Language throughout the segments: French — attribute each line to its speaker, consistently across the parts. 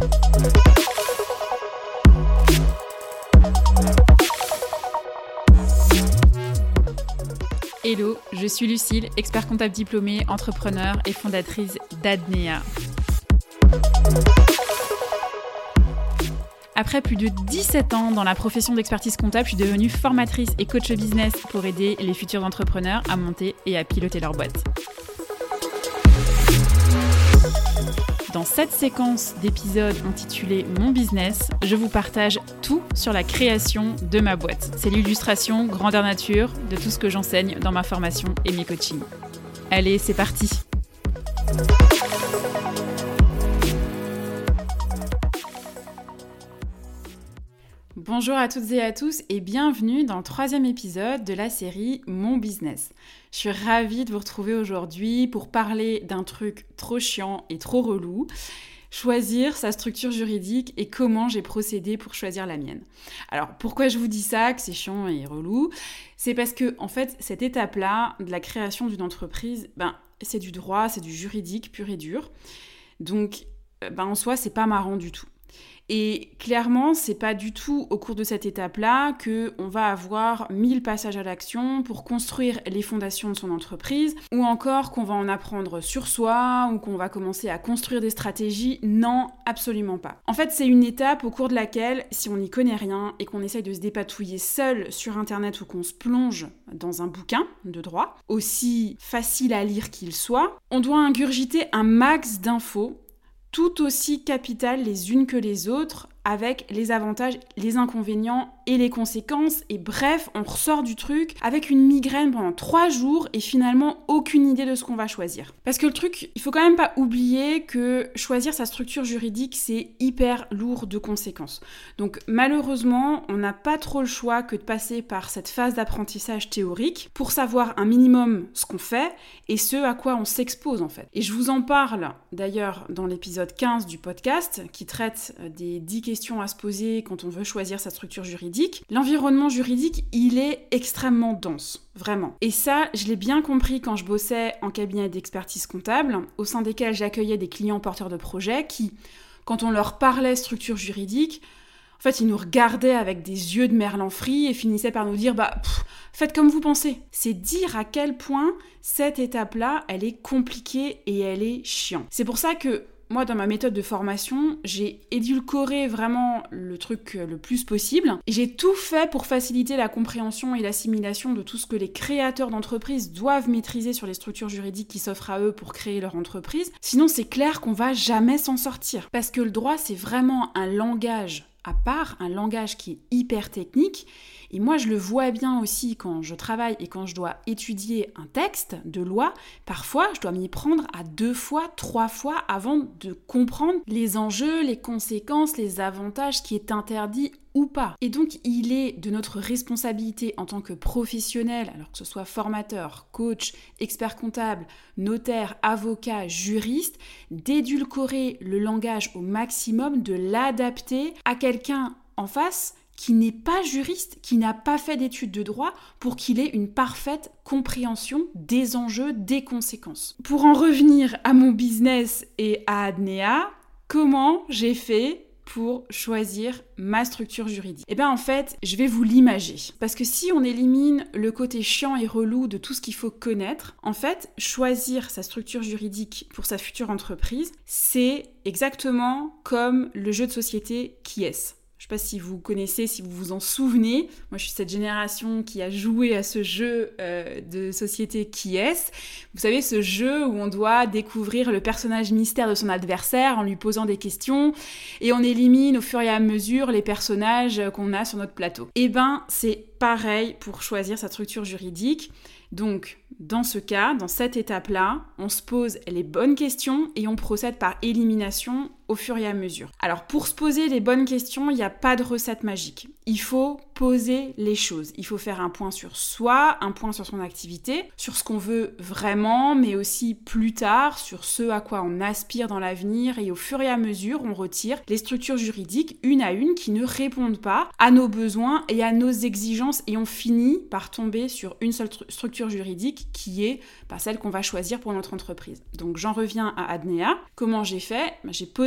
Speaker 1: Hello, je suis Lucille, expert comptable diplômée, entrepreneur et fondatrice d'Adnea. Après plus de 17 ans dans la profession d'expertise comptable, je suis devenue formatrice et coach business pour aider les futurs entrepreneurs à monter et à piloter leur boîte. Dans cette séquence d'épisodes intitulée Mon business, je vous partage tout sur la création de ma boîte. C'est l'illustration grandeur nature de tout ce que j'enseigne dans ma formation et mes coachings. Allez, c'est parti! Bonjour à toutes et à tous et bienvenue dans le 3e épisode de la série Mon business. Je suis ravie de vous retrouver aujourd'hui pour parler d'un truc trop chiant et trop relou, choisir sa structure juridique et comment j'ai procédé pour choisir la mienne. Alors pourquoi je vous dis ça, que c'est chiant et relou ? C'est parce que en fait cette étape-là de la création d'une entreprise, c'est du droit, c'est du juridique pur et dur. Donc en soi c'est pas marrant du tout. Et clairement, c'est pas du tout au cours de cette étape-là qu'on va avoir 1000 passages à l'action pour construire les fondations de son entreprise, ou encore qu'on va en apprendre sur soi, ou qu'on va commencer à construire des stratégies. Non, absolument pas. En fait, c'est une étape au cours de laquelle, si on n'y connaît rien et qu'on essaye de se dépatouiller seul sur Internet ou qu'on se plonge dans un bouquin de droit, aussi facile à lire qu'il soit, on doit ingurgiter un max d'infos tout aussi capitales les unes que les autres, avec les avantages, les inconvénients et les conséquences. Et bref, on ressort du truc avec une migraine pendant 3 jours et finalement aucune idée de ce qu'on va choisir. Parce que le truc, il faut quand même pas oublier que choisir sa structure juridique, c'est hyper lourd de conséquences. Donc malheureusement, on n'a pas trop le choix que de passer par cette phase d'apprentissage théorique pour savoir un minimum ce qu'on fait et ce à quoi on s'expose en fait. Et je vous en parle d'ailleurs dans l'épisode 15 du podcast qui traite des 10 questions à se poser quand on veut choisir sa structure juridique. L'environnement juridique, il est extrêmement dense, vraiment. Et ça, je l'ai bien compris quand je bossais en cabinet d'expertise comptable, au sein desquels j'accueillais des clients porteurs de projets qui, quand on leur parlait structure juridique, en fait, ils nous regardaient avec des yeux de merlan frit et finissaient par nous dire faites comme vous pensez. C'est dire à quel point cette étape-là, elle est compliquée et elle est chiante. C'est pour ça que moi, dans ma méthode de formation, j'ai édulcoré vraiment le truc le plus possible. Et j'ai tout fait pour faciliter la compréhension et l'assimilation de tout ce que les créateurs d'entreprises doivent maîtriser sur les structures juridiques qui s'offrent à eux pour créer leur entreprise. Sinon, c'est clair qu'on va jamais s'en sortir. Parce que le droit, c'est vraiment un langage à part, un langage qui est hyper technique. Et moi, je le vois bien aussi quand je travaille et quand je dois étudier un texte de loi. Parfois, je dois m'y prendre à 2 fois, 3 fois avant de comprendre les enjeux, les conséquences, les avantages, ce qui est interdit ou pas. Et donc, il est de notre responsabilité en tant que professionnel, alors que ce soit formateur, coach, expert comptable, notaire, avocat, juriste, d'édulcorer le langage au maximum, de l'adapter à quelqu'un en face qui n'est pas juriste, qui n'a pas fait d'études de droit, pour qu'il ait une parfaite compréhension des enjeux, des conséquences. Pour en revenir à mon business et à Adnea, comment j'ai fait pour choisir ma structure juridique ? En fait, je vais vous l'imager. Parce que si on élimine le côté chiant et relou de tout ce qu'il faut connaître, en fait, choisir sa structure juridique pour sa future entreprise, c'est exactement comme le jeu de société Qui est-ce ? Je ne sais pas si vous connaissez, si vous vous en souvenez. Moi, je suis cette génération qui a joué à ce jeu de société Qui est-ce ? Vous savez, ce jeu où on doit découvrir le personnage mystère de son adversaire en lui posant des questions et on élimine au fur et à mesure les personnages qu'on a sur notre plateau. C'est pareil pour choisir sa structure juridique. Donc, dans ce cas, dans cette étape-là, on se pose les bonnes questions et on procède par élimination au fur et à mesure. Alors, pour se poser les bonnes questions, il n'y a pas de recette magique. Il faut poser les choses. Il faut faire un point sur soi, un point sur son activité, sur ce qu'on veut vraiment, mais aussi plus tard, sur ce à quoi on aspire dans l'avenir. Et au fur et à mesure, on retire les structures juridiques, une à une, qui ne répondent pas à nos besoins et à nos exigences. Et on finit par tomber sur une seule structure juridique qui est celle qu'on va choisir pour notre entreprise. Donc, j'en reviens à Adnea. Comment j'ai fait ? J'ai posé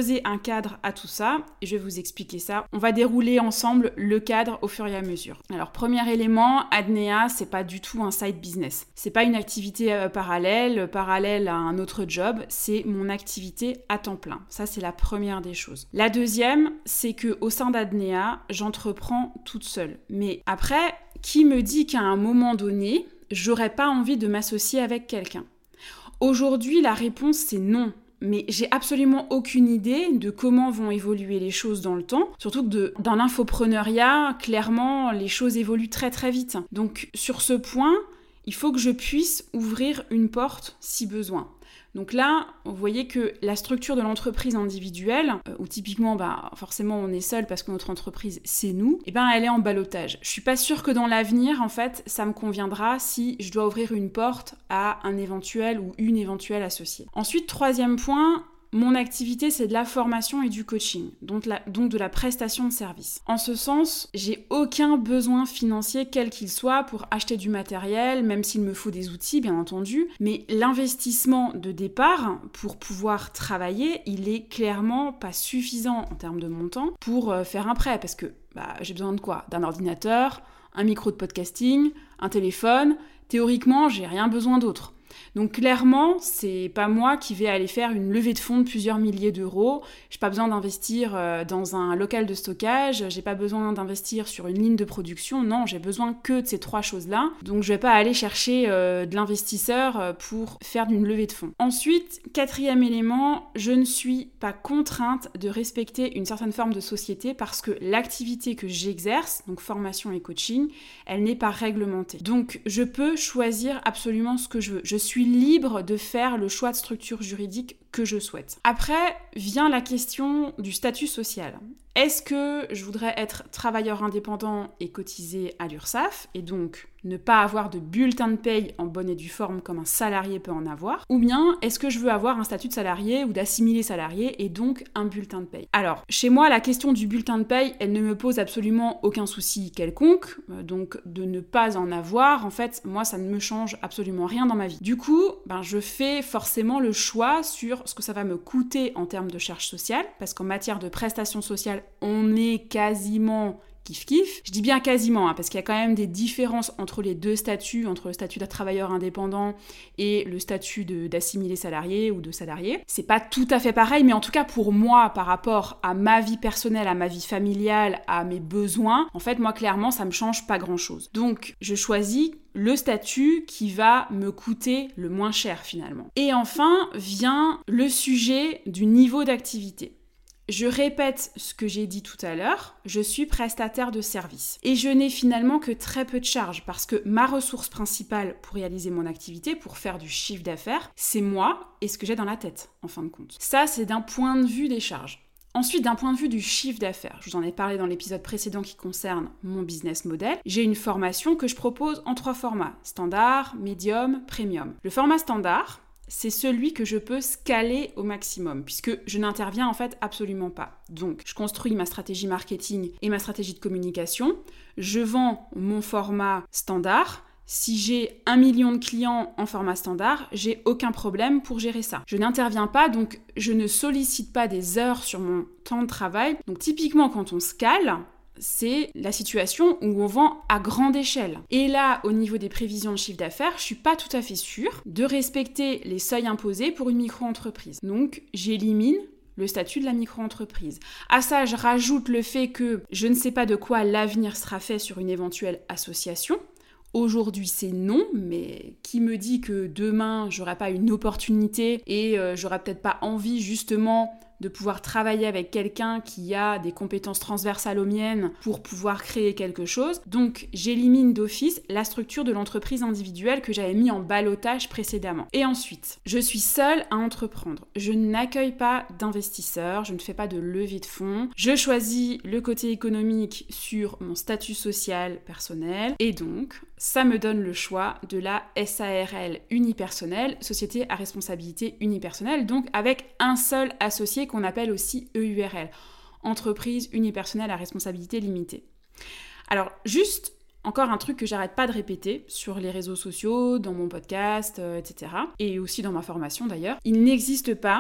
Speaker 1: poser un cadre à tout ça et je vais vous expliquer ça. On va dérouler ensemble le cadre au fur et à mesure. Alors, premier élément, Adnea, c'est pas du tout un side business. C'est pas une activité parallèle à un autre job, c'est mon activité à temps plein. Ça, c'est la première des choses. La deuxième, c'est que au sein d'Adnea, j'entreprends toute seule. Mais après, qui me dit qu'à un moment donné, j'aurais pas envie de m'associer avec quelqu'un? Aujourd'hui, la réponse, c'est non. Mais j'ai absolument aucune idée de comment vont évoluer les choses dans le temps. Surtout que dans l'infopreneuriat, clairement, les choses évoluent très très vite. Donc sur ce point, il faut que je puisse ouvrir une porte si besoin. Donc là, vous voyez que la structure de l'entreprise individuelle, où typiquement, forcément, on est seul parce que notre entreprise, c'est nous, elle est en ballottage. Je suis pas sûre que dans l'avenir, en fait, ça me conviendra si je dois ouvrir une porte à un éventuel ou une éventuelle associée. Ensuite, troisième point, mon activité, c'est de la formation et du coaching, donc de la prestation de service. En ce sens, j'ai aucun besoin financier, quel qu'il soit, pour acheter du matériel, même s'il me faut des outils, bien entendu. Mais l'investissement de départ, pour pouvoir travailler, il est clairement pas suffisant en termes de montant pour faire un prêt. Parce que j'ai besoin de quoi? D'un ordinateur, un micro de podcasting, un téléphone. Théoriquement, j'ai rien besoin d'autre. Donc clairement, c'est pas moi qui vais aller faire une levée de fonds de plusieurs milliers d'euros. J'ai pas besoin d'investir dans un local de stockage, j'ai pas besoin d'investir sur une ligne de production. Non, j'ai besoin que de ces trois choses-là. Donc je vais pas aller chercher de l'investisseur pour faire une levée de fonds. Ensuite, quatrième élément, je ne suis pas contrainte de respecter une certaine forme de société parce que l'activité que j'exerce, donc formation et coaching, elle n'est pas réglementée. Donc je peux choisir absolument ce que je veux. Je suis libre de faire le choix de structure juridique que je souhaite. Après, vient la question du statut social. Est-ce que je voudrais être travailleur indépendant et cotiser à l'URSSAF, et donc ne pas avoir de bulletin de paye en bonne et due forme comme un salarié peut en avoir? Ou bien, est-ce que je veux avoir un statut de salarié ou d'assimilé salarié et donc un bulletin de paye? Alors, chez moi, la question du bulletin de paye, elle ne me pose absolument aucun souci quelconque, donc de ne pas en avoir, en fait, moi, ça ne me change absolument rien dans ma vie. Du coup, je fais forcément le choix sur ce que ça va me coûter en termes de charges sociales, parce qu'en matière de prestations sociales, on est quasiment kiff-kiff. Je dis bien quasiment, parce qu'il y a quand même des différences entre les deux statuts, entre le statut de travailleur indépendant et le statut d'assimilé salarié ou de salarié. C'est pas tout à fait pareil, mais en tout cas pour moi, par rapport à ma vie personnelle, à ma vie familiale, à mes besoins, en fait, moi, clairement, ça me change pas grand-chose. Donc, je choisis le statut qui va me coûter le moins cher, finalement. Et enfin, vient le sujet du niveau d'activité. Je répète ce que j'ai dit tout à l'heure, je suis prestataire de service. Et je n'ai finalement que très peu de charges parce que ma ressource principale pour réaliser mon activité, pour faire du chiffre d'affaires, c'est moi et ce que j'ai dans la tête, en fin de compte. Ça, c'est d'un point de vue des charges. Ensuite, d'un point de vue du chiffre d'affaires, je vous en ai parlé dans l'épisode précédent qui concerne mon business model, j'ai une formation que je propose en 3 formats, standard, médium, premium. Le format standard, c'est celui que je peux scaler au maximum, puisque je n'interviens en fait absolument pas. Donc, je construis ma stratégie marketing et ma stratégie de communication, je vends mon format standard. Si j'ai 1 million de clients en format standard, j'ai aucun problème pour gérer ça. Je n'interviens pas, donc je ne sollicite pas des heures sur mon temps de travail. Donc typiquement, quand on scale, c'est la situation où on vend à grande échelle. Et là, au niveau des prévisions de chiffre d'affaires, je suis pas tout à fait sûre de respecter les seuils imposés pour une micro-entreprise. Donc, j'élimine le statut de la micro-entreprise. À ça, je rajoute le fait que je ne sais pas de quoi l'avenir sera fait sur une éventuelle association. Aujourd'hui, c'est non, mais qui me dit que demain, j'aurai pas une opportunité et j'aurai peut-être pas envie justement de pouvoir travailler avec quelqu'un qui a des compétences transversales aux miennes pour pouvoir créer quelque chose. Donc, j'élimine d'office la structure de l'entreprise individuelle que j'avais mis en ballottage précédemment. Et ensuite, je suis seule à entreprendre. Je n'accueille pas d'investisseurs, je ne fais pas de levée de fonds. Je choisis le côté économique sur mon statut social personnel et donc, ça me donne le choix de la SARL unipersonnelle, société à responsabilité unipersonnelle, donc avec un seul associé qu'on appelle aussi EURL, entreprise unipersonnelle à responsabilité limitée. Alors, juste encore un truc que j'arrête pas de répéter sur les réseaux sociaux, dans mon podcast, etc. et aussi dans ma formation d'ailleurs, il n'existe pas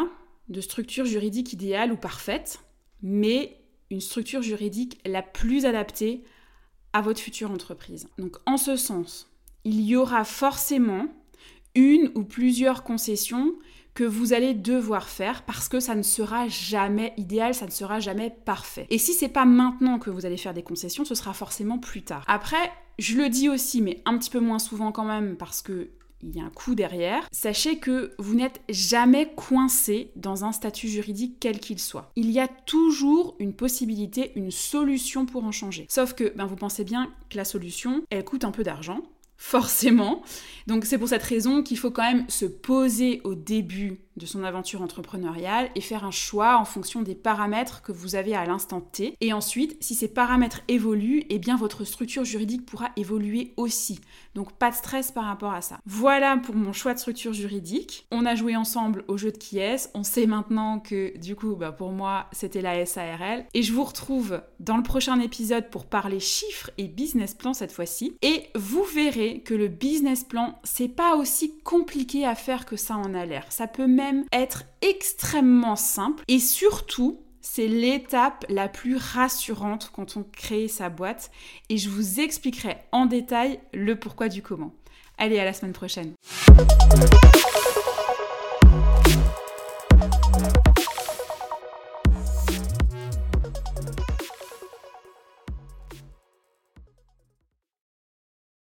Speaker 1: de structure juridique idéale ou parfaite, mais une structure juridique la plus adaptée à votre future entreprise. Donc en ce sens, il y aura forcément une ou plusieurs concessions que vous allez devoir faire parce que ça ne sera jamais idéal, ça ne sera jamais parfait. Et si c'est pas maintenant que vous allez faire des concessions, ce sera forcément plus tard. Après, je le dis aussi, mais un petit peu moins souvent quand même parce que il y a un coût derrière. Sachez que vous n'êtes jamais coincé dans un statut juridique quel qu'il soit. Il y a toujours une possibilité, une solution pour en changer. Sauf que vous pensez bien que la solution, elle coûte un peu d'argent. Forcément. Donc c'est pour cette raison qu'il faut quand même se poser au début de son aventure entrepreneuriale et faire un choix en fonction des paramètres que vous avez à l'instant T. Et ensuite, si ces paramètres évoluent, votre structure juridique pourra évoluer aussi. Donc pas de stress par rapport à ça. Voilà pour mon choix de structure juridique. On a joué ensemble au jeu de qui est-ce. On sait maintenant que du coup, pour moi, c'était la SARL. Et je vous retrouve dans le prochain épisode pour parler chiffres et business plan cette fois-ci. Et vous verrez que le business plan, c'est pas aussi compliqué à faire que ça en a l'air. Ça peut même être extrêmement simple et surtout, c'est l'étape la plus rassurante quand on crée sa boîte et je vous expliquerai en détail le pourquoi du comment. Allez, à la semaine prochaine.